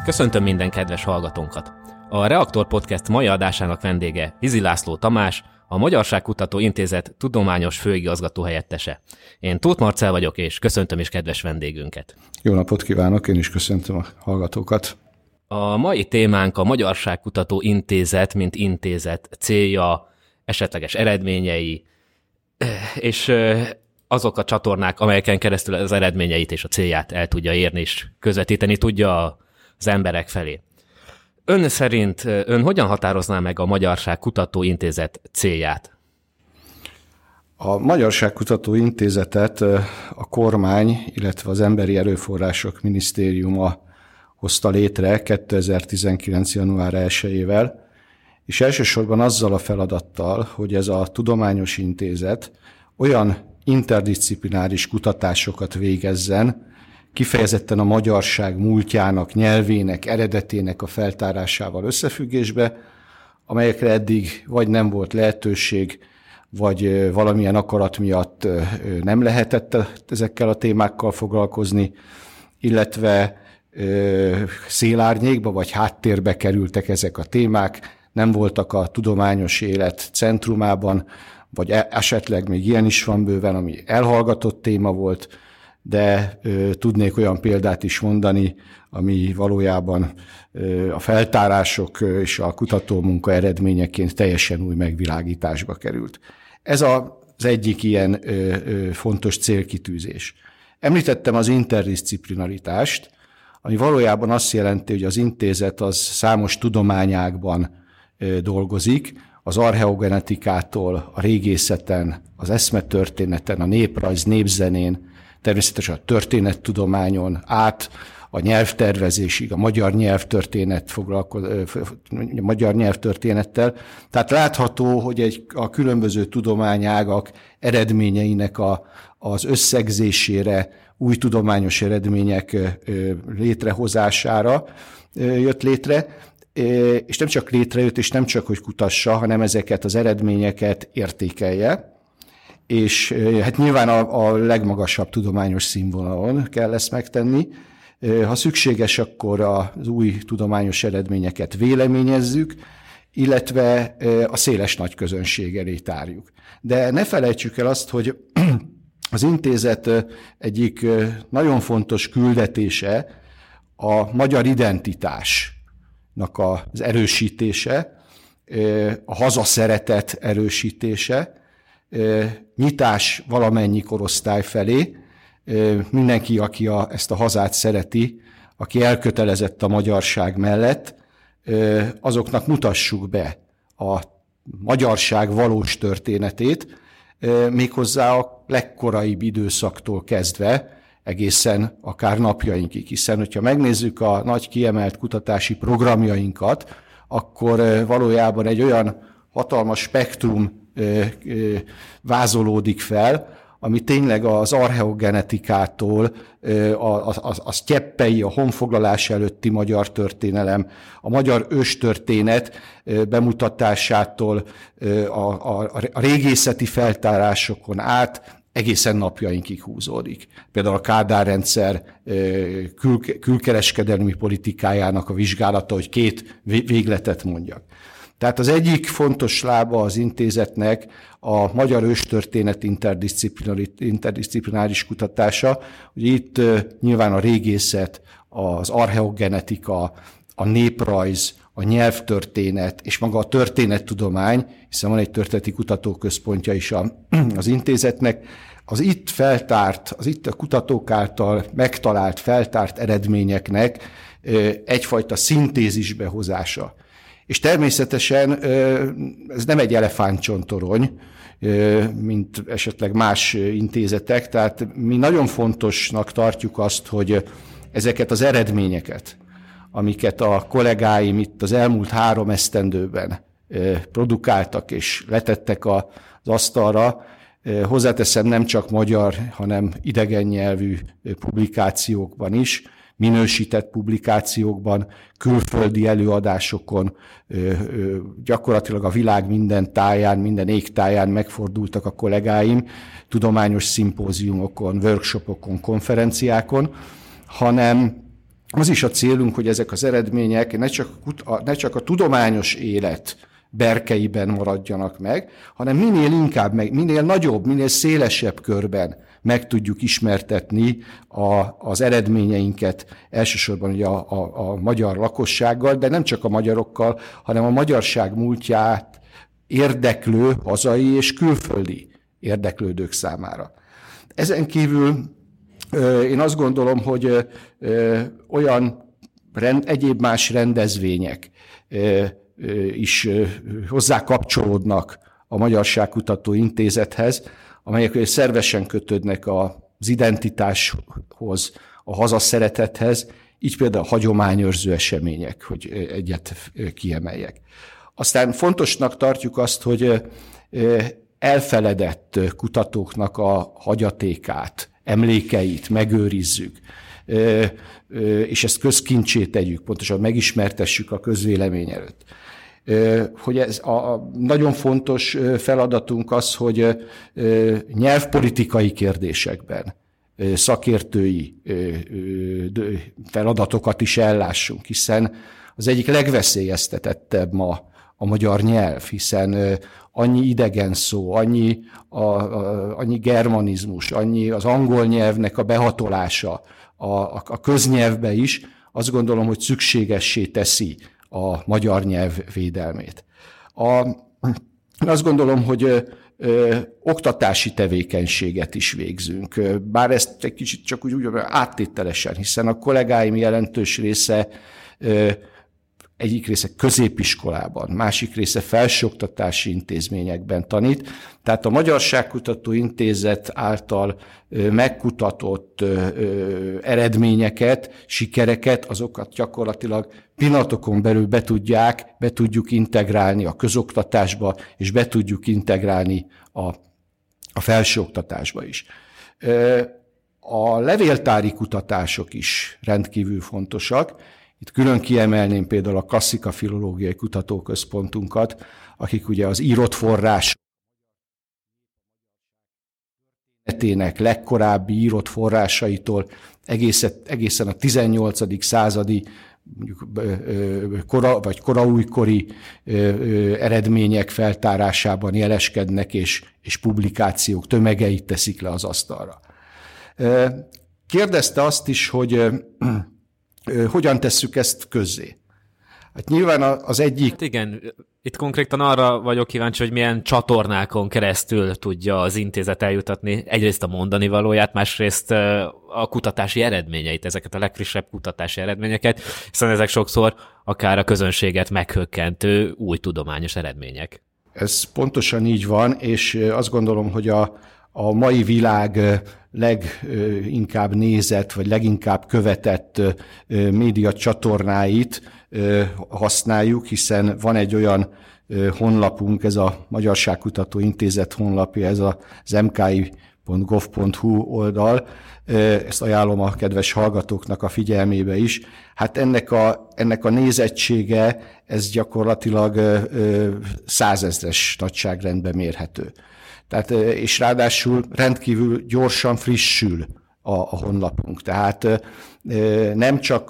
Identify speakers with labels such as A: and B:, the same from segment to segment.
A: Köszöntöm minden kedves hallgatónkat! A Reaktor Podcast mai adásának vendége Vizi László Tamás, a Magyarságkutató Intézet tudományos főigazgató helyettese. Én Tóth Marcell vagyok, és köszöntöm is kedves vendégünket.
B: Jó napot kívánok, én is köszöntöm a hallgatókat.
A: A mai témánk a Magyarságkutató Intézet, mint intézet célja, esetleges eredményei, és azok a csatornák, amelyeken keresztül az eredményeit és a célját el tudja érni, és közvetíteni tudja az emberek felé. Ön szerint hogyan határozná meg a Magyarságkutató Intézet célját?
B: A Magyarságkutató Intézetet a kormány, illetve az Emberi Erőforrások Minisztériuma hozta létre 2019. január 1-ével, és elsősorban azzal a feladattal, hogy ez a tudományos intézet olyan interdisziplináris kutatásokat végezzen, kifejezetten a magyarság múltjának, nyelvének, eredetének a feltárásával összefüggésbe, amelyekre eddig vagy nem volt lehetőség, vagy valamilyen akarat miatt nem lehetett ezekkel a témákkal foglalkozni, illetve szélárnyékba vagy háttérbe kerültek ezek a témák, nem voltak a tudományos élet centrumában, vagy esetleg még ilyen is van bőven, ami elhallgatott téma volt, de tudnék olyan példát is mondani, ami valójában a feltárások és a kutatómunka eredményeként teljesen új megvilágításba került. Ez az egyik ilyen fontos célkitűzés. Említettem az interdisciplinaritást, ami valójában azt jelenti, hogy az intézet az számos tudományágban dolgozik, az archeogenetikától, a régészeten, az eszmetörténeten, a néprajz, népzenén, természetesen a történettudományon át, a nyelvtervezésig, a magyar nyelvtörténettel. Tehát látható, hogy a különböző tudományágak eredményeinek az összegzésére, új tudományos eredmények létrehozására jött létre, és nem csak létrejött, és nem csak, hogy kutassa, hanem ezeket az eredményeket értékelje, és hát nyilván a legmagasabb tudományos színvonalon kell ezt megtenni. Ha szükséges, akkor az új tudományos eredményeket véleményezzük, illetve a széles nagy közönség elé tárjuk. De ne felejtsük el azt, hogy az intézet egyik nagyon fontos küldetése a magyar identitásnak az erősítése, a hazaszeretet erősítése, nyitás valamennyi korosztály felé, mindenki, aki ezt a hazát szereti, aki elkötelezett a magyarság mellett, azoknak mutassuk be a magyarság valós történetét, méghozzá a legkoraibb időszaktól kezdve, egészen akár napjainkig, hiszen hogyha megnézzük a nagy kiemelt kutatási programjainkat, akkor valójában egy olyan hatalmas spektrum vázolódik fel, ami tényleg az archeogenetikától, a sztyeppei, a honfoglalás előtti magyar történelem, a magyar őstörténet bemutatásától, a régészeti feltárásokon át egészen napjainkig húzódik. Például a Kádár rendszer külkereskedelmi politikájának a vizsgálata, hogy két végletet mondjak. Tehát az egyik fontos lába az intézetnek a magyar őstörténet interdisziplináris kutatása, hogy itt nyilván a régészet, az archeogenetika, a néprajz, a nyelvtörténet és maga a történettudomány, hiszen van egy történeti kutatóközpontja is az intézetnek, az itt a kutatók által megtalált, feltárt eredményeknek egyfajta szintézisbe hozása. És természetesen ez nem egy elefántcsontorony, mint esetleg más intézetek, tehát mi nagyon fontosnak tartjuk azt, hogy ezeket az eredményeket, amiket a kollégáim itt az elmúlt 3 esztendőben produkáltak és letettek az asztalra, hozzáteszem nem csak magyar, hanem idegen nyelvű publikációkban is, minősített publikációkban, külföldi előadásokon, gyakorlatilag a világ minden táján, minden égtáján megfordultak a kollégáim, tudományos szimpóziumokon, workshopokon, konferenciákon, hanem az is a célunk, hogy ezek az eredmények ne csak a tudományos élet berkeiben maradjanak meg, hanem minél inkább, minél nagyobb, minél szélesebb körben meg tudjuk ismertetni az eredményeinket, elsősorban ugye a magyar lakossággal, de nem csak a magyarokkal, hanem a magyarság múltját érdeklő hazai és külföldi érdeklődők számára. Ezen kívül én azt gondolom, hogy olyan egyéb más rendezvények is hozzá kapcsolódnak a Magyarságkutató Intézethez, amelyek szervesen kötődnek az identitáshoz, a hazaszeretethez, így például a hagyományőrző események, hogy egyet kiemeljek. Aztán fontosnak tartjuk azt, hogy elfeledett kutatóknak a hagyatékát, emlékeit megőrizzük, és ezt közkincsé tegyük, pontosan megismertessük a közvélemény előtt. Hogy ez nagyon fontos feladatunk az, hogy nyelvpolitikai kérdésekben szakértői feladatokat is ellássunk, hiszen az egyik legveszélyeztetettebb ma a magyar nyelv, hiszen annyi idegen szó, annyi germanizmus, annyi az angol nyelvnek a behatolása a köznyelvbe is, azt gondolom, hogy szükségessé teszi a magyar nyelv védelmét. Azt gondolom, hogy oktatási tevékenységet is végzünk, bár ezt egy kicsit csak úgy áttételesen, hiszen a kollégáim jelentős része egyik része középiskolában, másik része felsőoktatási intézményekben tanít. Tehát a Magyarságkutató Intézet által megkutatott eredményeket, sikereket, azokat gyakorlatilag pillanatokon belül be tudjuk integrálni a közoktatásba, és be tudjuk integrálni a felsőoktatásba is. A levéltári kutatások is rendkívül fontosak. Itt külön kiemelném például a Klasszika Filológiai Kutatóközpontunkat, akik ugye az írott forrás legkorábbi írott forrásaitól egészen a 18. századi mondjuk vagy koraújkori eredmények feltárásában jeleskednek, és publikációk tömegeit teszik le az asztalra. Kérdezte azt is, hogy hogyan tesszük ezt közzé. Hát nyilván az egyik...
A: Hát igen, itt konkrétan arra vagyok kíváncsi, hogy milyen csatornákon keresztül tudja az intézet eljutatni egyrészt a mondani valóját, másrészt a kutatási eredményeit, ezeket a legfrissebb kutatási eredményeket, hiszen ezek sokszor akár a közönséget meghökkentő új tudományos eredmények.
B: Ez pontosan így van, és azt gondolom, hogy a mai világ leginkább nézett, vagy leginkább követett média csatornáit használjuk, hiszen van egy olyan honlapunk, ez a Magyarságkutató Intézet honlapja, ez az mki.gov.hu oldal, ezt ajánlom a kedves hallgatóknak a figyelmébe is. Hát ennek a nézettsége, ez gyakorlatilag 100 000-es nagyságrendben mérhető. Tehát, és ráadásul rendkívül gyorsan frissül a honlapunk. Tehát nem csak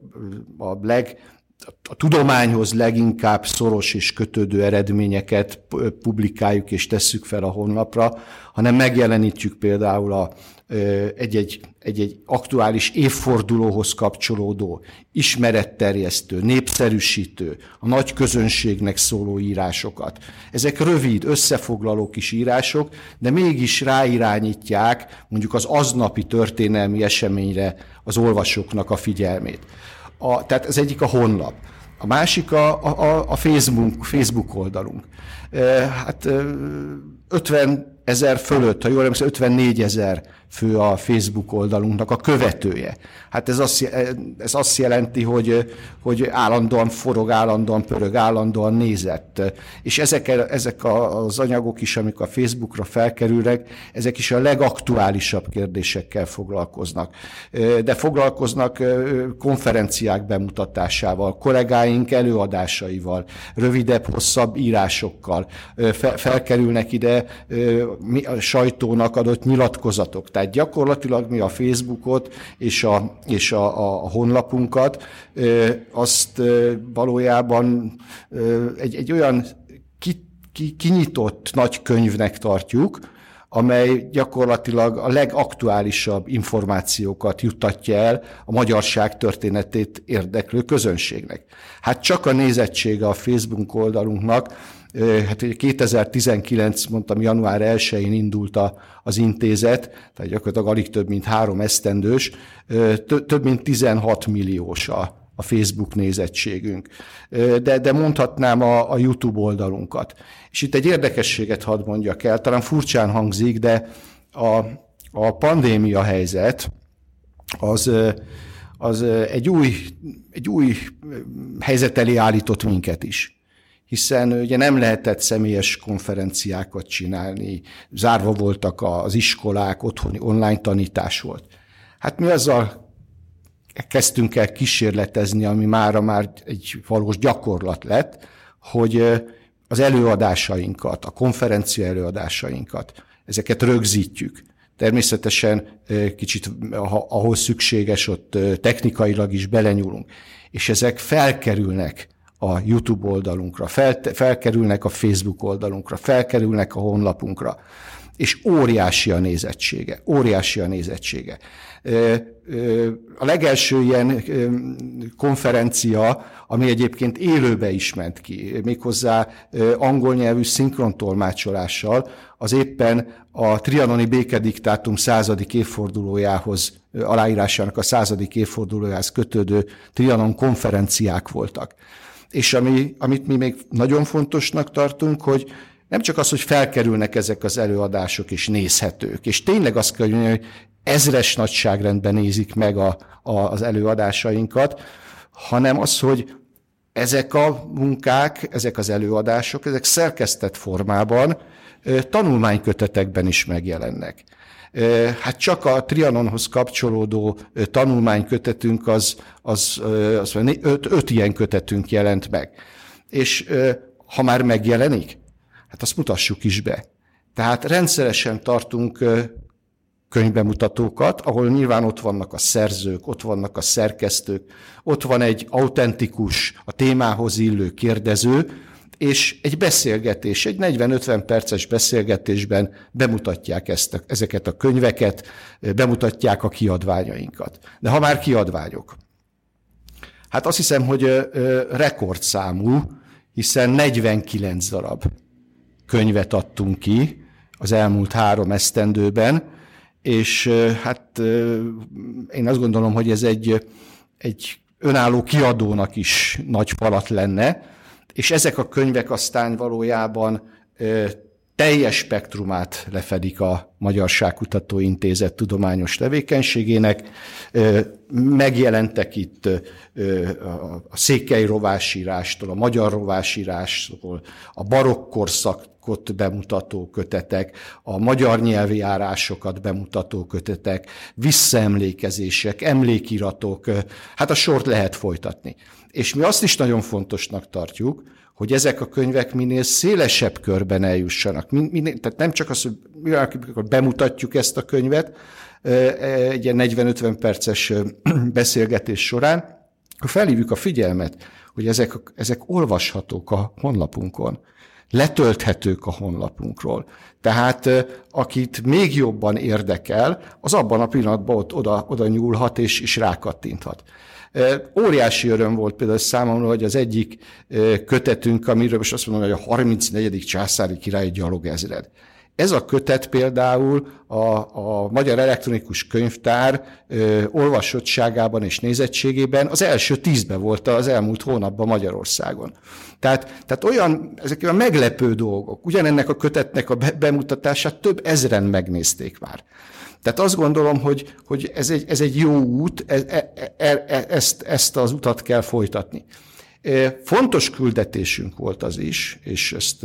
B: a tudományhoz leginkább szoros és kötődő eredményeket publikáljuk és tesszük fel a honlapra, hanem megjelenítjük például egy aktuális évfordulóhoz kapcsolódó, ismeretterjesztő, népszerűsítő, a nagy közönségnek szóló írásokat. Ezek rövid, összefoglaló kis írások, de mégis ráirányítják mondjuk az aznapi történelmi eseményre az olvasóknak a figyelmét. Tehát ez egyik a honlap. A másik a Facebook oldalunk. Hát 50 000 fölött, ha jól emlékszem, 54 000 fő a Facebook oldalunknak a követője. Hát ez azt jelenti, hogy állandóan forog, állandóan pörög, állandóan nézett. És ezek az anyagok is, amik a Facebookra felkerülnek, ezek is a legaktuálisabb kérdésekkel foglalkoznak. De foglalkoznak konferenciák bemutatásával, kollégáink előadásaival, rövidebb, hosszabb írásokkal. Felkerülnek ide a sajtónak adott nyilatkozatok. Tehát gyakorlatilag mi a Facebookot és a honlapunkat, azt valójában egy olyan kinyitott nagy könyvnek tartjuk, amely gyakorlatilag a legaktuálisabb információkat juttatja el a magyarság történetét érdeklő közönségnek. Hát csak a nézettsége a Facebook oldalunknak, hát 2019, mondtam, január 1-én indult az intézet, tehát gyakorlatilag alig több mint 3 esztendős, több mint 16 milliós a Facebook nézettségünk. De mondhatnám a YouTube oldalunkat. És itt egy érdekességet hadd mondjak el, talán furcsán hangzik, de a pandémia helyzet az egy új helyzet elé állított minket is. Hiszen ugye nem lehetett személyes konferenciákat csinálni, zárva voltak az iskolák, otthoni online tanítás volt. Hát mi azzal kezdtünk el kísérletezni, ami mára már egy valós gyakorlat lett, hogy az előadásainkat, a konferencia előadásainkat, ezeket rögzítjük. Természetesen kicsit, ahol szükséges, ott technikailag is belenyúlunk. És ezek felkerülnek a YouTube oldalunkra, felkerülnek a Facebook oldalunkra, felkerülnek a honlapunkra, és óriási a nézettsége, óriási a nézettsége. A legelső ilyen konferencia, ami egyébként élőbe is ment ki, méghozzá angol nyelvű szinkrontolmácsolással, az éppen a trianoni békediktátum 100. évfordulójához, aláírásának a 100. évfordulójához kötődő Trianon konferenciák voltak. És amit mi még nagyon fontosnak tartunk, hogy nem csak az, hogy felkerülnek ezek az előadások és nézhetők, és tényleg azt kell mondani, hogy ezres nagyságrendben nézik meg az előadásainkat, hanem az, hogy ezek a munkák, ezek az előadások, ezek szerkesztett formában tanulmánykötetekben is megjelennek. Hát csak a Trianonhoz kapcsolódó tanulmánykötetünk az 5 ilyen kötetünk jelent meg. És ha már megjelenik, hát azt mutassuk is be. Tehát rendszeresen tartunk könyvbemutatókat, ahol nyilván ott vannak a szerzők, ott vannak a szerkesztők, ott van egy autentikus, a témához illő kérdező, és egy beszélgetés, egy 40-50 perces beszélgetésben bemutatják ezeket a könyveket, bemutatják a kiadványainkat. De ha már kiadványok, hát azt hiszem, hogy rekordszámú, hiszen 49 darab könyvet adtunk ki az elmúlt 3 esztendőben, és hát én azt gondolom, hogy ez egy önálló kiadónak is nagy falat lenne, és ezek a könyvek aztán valójában teljes spektrumát lefedik a Magyarságkutató Intézet tudományos tevékenységének. Megjelentek itt a székely rovásírástól, a magyar rovásírástól, a barokk korszakot bemutató kötetek, a magyar nyelvi járásokat bemutató kötetek, visszaemlékezések, emlékiratok, hát a sort lehet folytatni. És mi azt is nagyon fontosnak tartjuk, hogy ezek a könyvek minél szélesebb körben eljussanak. Tehát nem csak az, hogy amikor bemutatjuk ezt a könyvet egy ilyen 40-50 perces beszélgetés során, akkor felhívjuk a figyelmet, hogy ezek olvashatók a honlapunkon, letölthetők a honlapunkról. Tehát akit még jobban érdekel, az abban a pillanatban oda nyúlhat és rákattinthat. Óriási öröm volt például számomra, hogy az egyik kötetünk, amiről most azt mondom, hogy a 34. császári királyi gyalogezred. Ez a kötet például a Magyar Elektronikus Könyvtár olvasottságában és nézettségében az első 10-ben volt az elmúlt hónapban Magyarországon. Tehát ezek olyan meglepő dolgok. Ugyanennek a kötetnek a bemutatását több ezren megnézték már. Tehát azt gondolom, hogy ez egy jó út, ezt az utat kell folytatni. Fontos küldetésünk volt az is, és ezt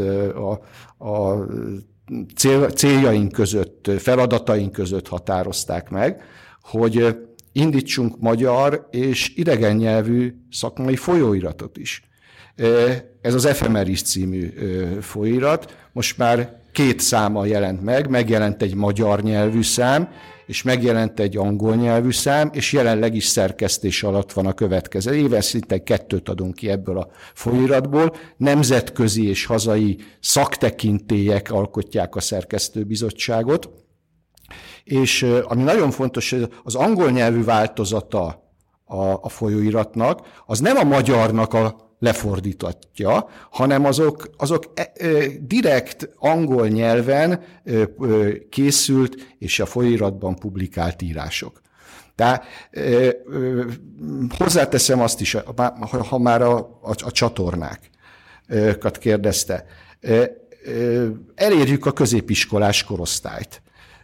B: a céljaink között, feladataink között határozták meg, hogy indítsunk magyar és idegen nyelvű szakmai folyóiratot is. Ez az Ephemeris című folyóirat, most már 2 száma jelent meg, megjelent egy magyar nyelvű szám, és megjelent egy angol nyelvű szám, és jelenleg is szerkesztés alatt van a következő. Éves szinten 2 adunk ki ebből a folyóiratból. Nemzetközi és hazai szaktekintélyek alkotják a szerkesztőbizottságot, és ami nagyon fontos, az angol nyelvű változata a folyóiratnak, az nem a magyarnak a lefordítatja, hanem azok direkt angol nyelven készült és a folyóiratban publikált írások. Tehát hozzáteszem azt is, ha már a csatornákat kérdezte, elérjük a középiskolás korosztályt.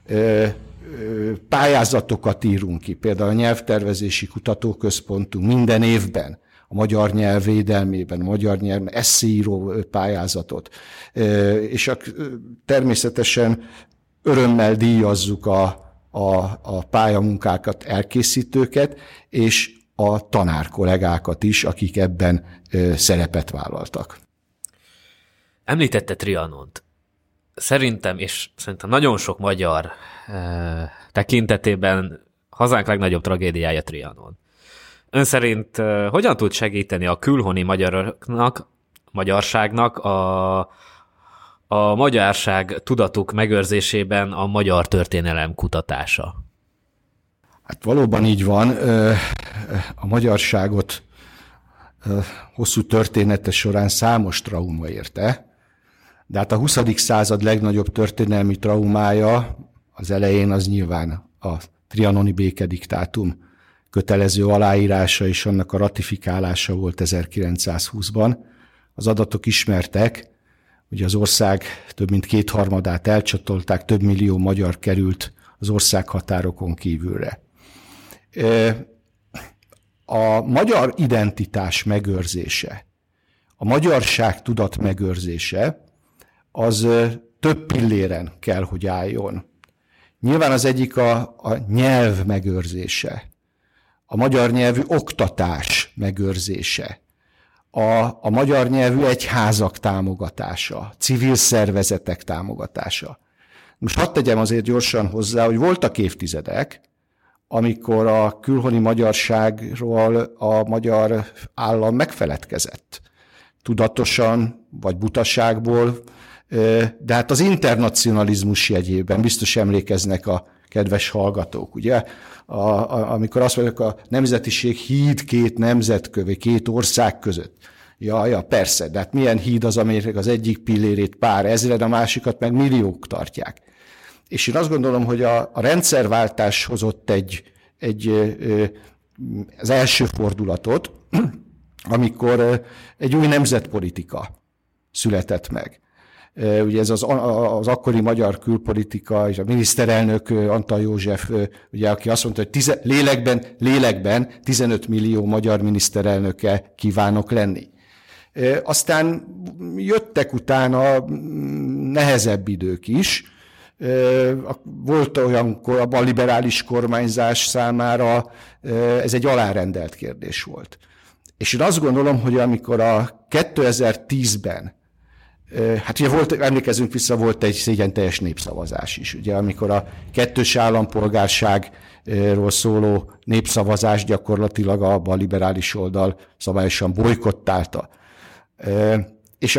B: Pályázatokat írunk ki, például a Nyelvtervezési Kutatóközpontunk minden évben a magyar nyelv védelmében, a magyar nyelv esszéíró pályázatot, és természetesen örömmel díjazzuk a pályamunkákat, elkészítőket, és a tanárkollégákat is, akik ebben szerepet vállaltak.
A: Említette Trianont. Szerintem nagyon sok magyar tekintetében hazánk legnagyobb tragédiája Trianon. Ön szerint hogyan tud segíteni a külhoni magyarságnak a magyarság tudatuk megőrzésében a magyar történelem kutatása?
B: Hát valóban így van. A magyarságot hosszú története során számos trauma érte, de hát a 20. század legnagyobb történelmi traumája az elején az nyilván a trianoni békediktátum kötelező aláírása és annak a ratifikálása volt 1920-ban. Az adatok ismertek, hogy az ország több mint 2/3 elcsatolták, több millió magyar került az ország határokon kívülre. A magyar identitás megőrzése, a magyarság tudat megőrzése, az több pilléren kell, hogy álljon. Nyilván az egyik a nyelv megőrzése, a magyar nyelvű oktatás megőrzése, a magyar nyelvű egyházak támogatása, civil szervezetek támogatása. Most hadd tegyem azért gyorsan hozzá, hogy voltak évtizedek, amikor a külhoni magyarságról a magyar állam megfeledkezett. Tudatosan, vagy butaságból, de hát az internacionalizmus jegyében biztos emlékeznek a kedves hallgatók, ugye? Amikor azt mondják, a nemzetiség híd 2 nemzetközi, 2 ország között. Ja, persze, de hát milyen híd az, amelynek az egyik pillérét pár ezred, a másikat meg milliók tartják. És én azt gondolom, hogy a rendszerváltás hozott az első fordulatot, amikor egy új nemzetpolitika született meg. Ugye ez az akkori magyar külpolitika, és a miniszterelnök Antal József, ugye, aki azt mondta, hogy lélekben 15 millió magyar miniszterelnöke kívánok lenni. Aztán jöttek utána nehezebb idők is. Volt olyankor a liberális kormányzás számára ez egy alárendelt kérdés volt. És én azt gondolom, hogy amikor a 2010-ben, hát ugye emlékezzünk vissza, volt egy szégyenteljes népszavazás is, ugye, amikor a 2. állampolgárságról szóló népszavazás gyakorlatilag a balliberális oldal szabályosan bojkottálta. És a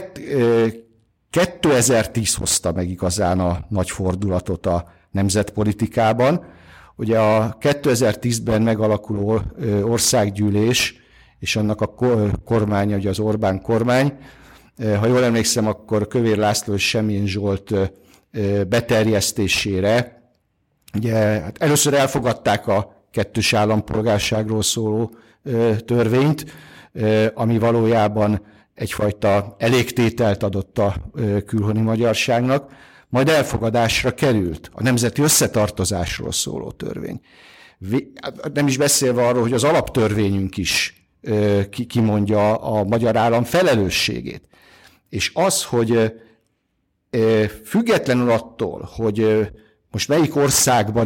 B: 2010 hozta meg igazán a nagy fordulatot a nemzetpolitikában. Ugye a 2010-ben megalakuló országgyűlés és annak a kormánya, ugye az Orbán kormány, ha jól emlékszem, akkor Kövér László és Semjén Zsolt beterjesztésére, ugye, hát először elfogadták a 2. állampolgárságról szóló törvényt, ami valójában egyfajta elégtételt adott a külhoni magyarságnak, majd elfogadásra került a nemzeti összetartozásról szóló törvény. Nem is beszélve arról, hogy az alaptörvényünk is kimondja a magyar állam felelősségét. És az, hogy függetlenül attól, hogy most melyik országban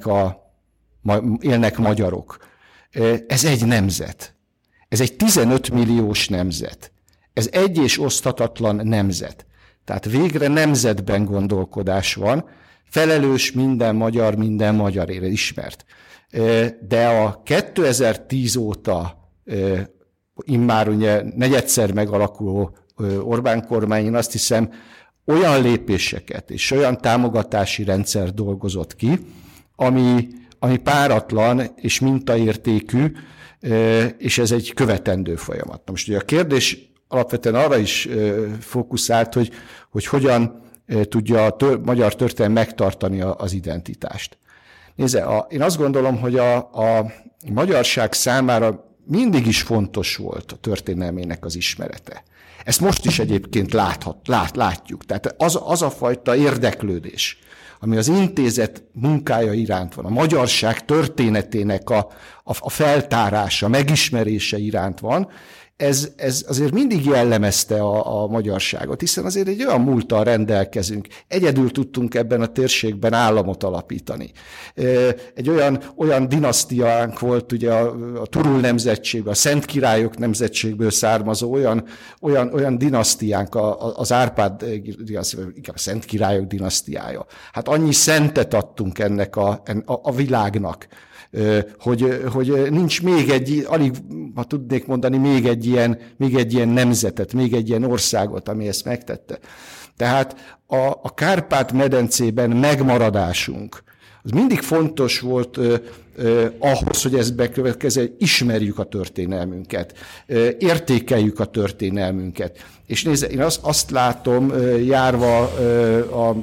B: élnek magyarok, ez egy nemzet. Ez egy 15 milliós nemzet. Ez egy és oszthatatlan nemzet. Tehát végre nemzetben gondolkodás van, felelős minden magyarért ismert. De a 2010 óta immár ugye negyedszer megalakuló Orbán kormány, én azt hiszem, olyan lépéseket és olyan támogatási rendszer dolgozott ki, ami páratlan és mintaértékű, és ez egy követendő folyamat. Na most ugye a kérdés alapvetően arra is fókuszált, hogy hogyan tudja a magyar történelem megtartani az identitást. Nézze, én azt gondolom, hogy a magyarság számára mindig is fontos volt a történelmének az ismerete. Ezt most is egyébként látjuk. Tehát az a fajta érdeklődés, ami az intézet munkája iránt van, a magyarság történetének a feltárása, megismerése iránt van, ez azért mindig jellemezte a magyarságot, hiszen azért egy olyan múlttal rendelkezünk. Egyedül tudtunk ebben a térségben államot alapítani. Egy olyan dinasztiánk volt, ugye a Turul nemzetségből, a Szent Királyok nemzetségből származó olyan dinasztiánk, az Árpád, inkább a Szent Királyok dinasztiája. Hát annyi szentet adtunk ennek a világnak, hogy nincs még alig, ha tudnék mondani, még egy ilyen nemzetet, még egy ilyen országot, ami ezt megtette. Tehát a Kárpát-medencében megmaradásunk, az mindig fontos volt ahhoz, hogy ez bekövetkezzen, ismerjük a történelmünket, értékeljük a történelmünket. És nézze, én azt látom, járva a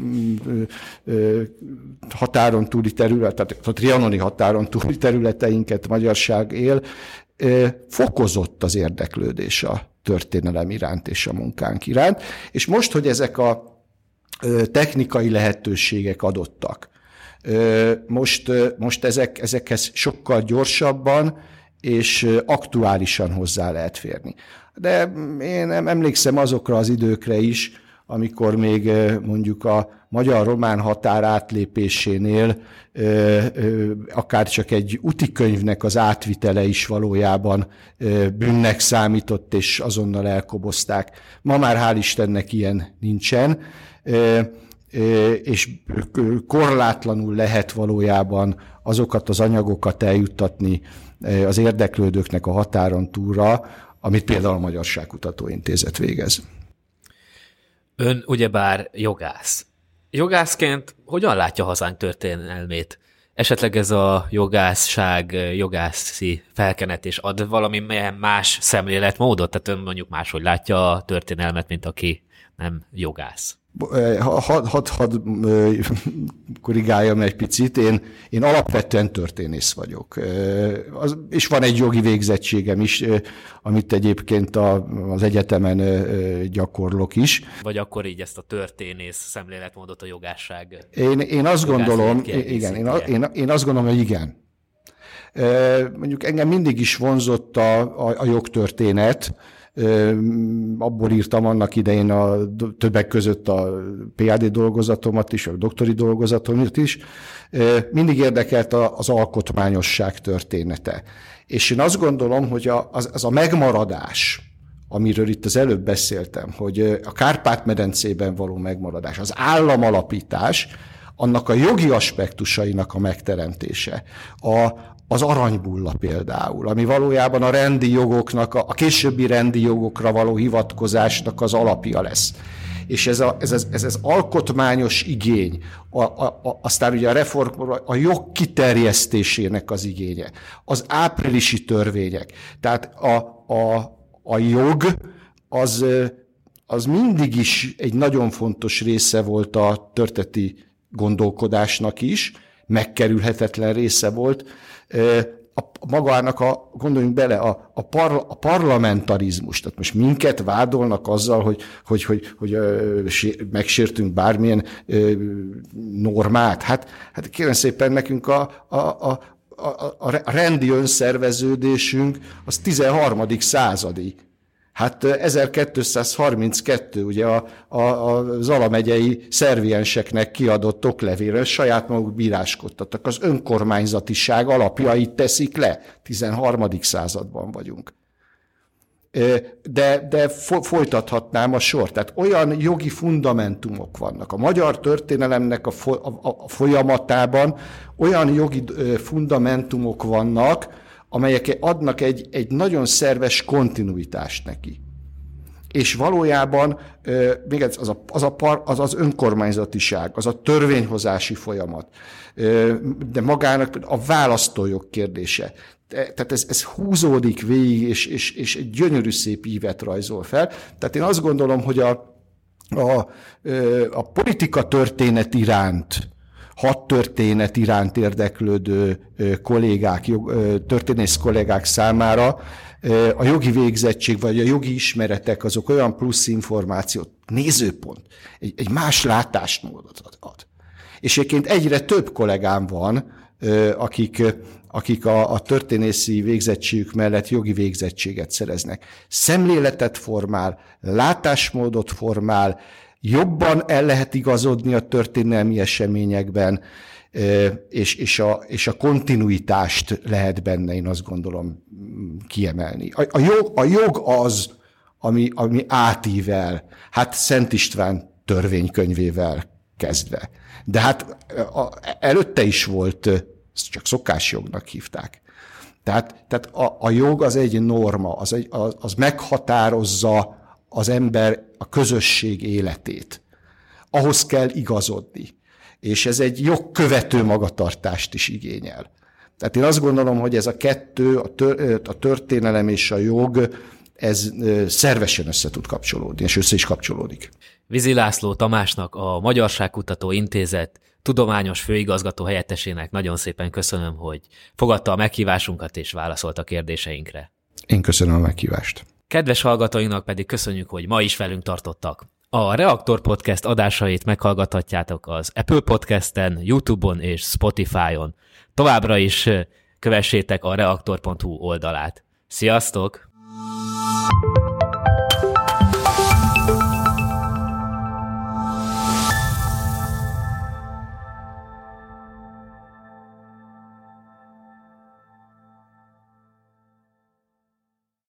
B: határon túli területet, a trianoni határon túli területeinket magyarság él, fokozott az érdeklődés a történelem iránt és a munkánk iránt. És most, hogy ezek a technikai lehetőségek adottak, most ezekhez sokkal gyorsabban és aktuálisan hozzá lehet férni. De én emlékszem azokra az időkre is, amikor még mondjuk a magyar-román határ átlépésénél akár csak egy utikönyvnek az átvitele is valójában bűnnek számított, és azonnal elkobozták. Ma már hál' Istennek ilyen nincsen, és korlátlanul lehet valójában azokat az anyagokat eljuttatni az érdeklődőknek a határon túlra, amit például a Magyarságkutató Intézet végez.
A: Ön ugyebár jogász. Jogászként hogyan látja hazánk történelmét? Esetleg ez a jogászság, jogászi felkenetés ad valami más szemléletmódot? Tehát ön mondjuk máshogy látja a történelmet, mint aki nem jogász.
B: Hadd korrigáljam egy picit, én alapvetően történész vagyok. És van egy jogi végzettségem is, amit egyébként az egyetemen gyakorlok is.
A: Vagy akkor így ezt a történész szemléletmódot a jogásság?
B: Én azt gondolom, igen, én azt gondolom, hogy igen. Mondjuk engem mindig is vonzott a jogtörténet, abból írtam annak idején többek között a PhD dolgozatomat is, a doktori dolgozatomat is. Mindig érdekelt az alkotmányosság története. És én azt gondolom, hogy az a megmaradás, amiről itt az előbb beszéltem, hogy a Kárpát-medencében való megmaradás, az államalapítás, annak a jogi aspektusainak a megteremtése, az aranybulla például, ami valójában a rendi jogoknak, a későbbi rendi jogokra való hivatkozásnak az alapja lesz. És ez az alkotmányos igény, aztán ugye a reform, a jog kiterjesztésének az igénye, az áprilisi törvények. Tehát a jog az mindig is egy nagyon fontos része volt a történeti gondolkodásnak is, megkerülhetetlen része volt. Magának gondoljunk bele, a parlamentarizmus, tehát most minket vádolnak azzal, hogy megsértünk bármilyen normát. Hát kérem szépen, nekünk a rendi önszerveződésünk az 13. századi. Hát 1232, ugye a Zala megyei szervienseknek kiadott oklevéről saját maguk bíráskodtattak. Az önkormányzatiság alapjait teszik le. 13. században vagyunk. de folytathatnám a sort. Tehát olyan jogi fundamentumok vannak. A magyar történelemnek a folyamatában olyan jogi fundamentumok vannak, amelyek adnak egy nagyon szerves kontinuitást neki. És valójában még az önkormányzatiság, az a törvényhozási folyamat, de magának a választójog kérdése. Tehát ez húzódik végig, és egy gyönyörű szép ívet rajzol fel. Tehát én azt gondolom, hogy a politika történet iránt, hadtörténet iránt érdeklődő kollégák, történész kollégák számára a jogi végzettség vagy a jogi ismeretek azok olyan plusz információt, nézőpont, egy más látásmódot ad. És egyébként egyre több kollégám van, akik a történészi végzettségük mellett jogi végzettséget szereznek. Szemléletet formál, látásmódot formál, jobban el lehet igazodni a történelmi eseményekben, és a kontinuitást lehet benne, én azt gondolom, kiemelni. A jog az, ami átível, hát Szent István törvénykönyvével kezdve. De hát előtte is volt, ezt csak szokásjognak hívták. Tehát a jog az egy norma, az meghatározza az ember, a közösség életét. Ahhoz kell igazodni. És ez egy jogkövető magatartást is igényel. Tehát én azt gondolom, hogy ez a kettő, a történelem és a jog, ez szervesen össze tud kapcsolódni, és össze is kapcsolódik.
A: Vizi László Tamásnak, a Magyarságkutató Intézet tudományos főigazgató helyettesének nagyon szépen köszönöm, hogy fogadta a meghívásunkat és válaszolt a kérdéseinkre.
B: Én köszönöm a meghívást.
A: Kedves hallgatóinknak pedig köszönjük, hogy ma is velünk tartottak. A Reaktor Podcast adásait meghallgathatjátok az Apple Podcasten, YouTube-on és Spotify-on. Továbbra is kövessétek a reaktor.hu oldalát. Sziasztok!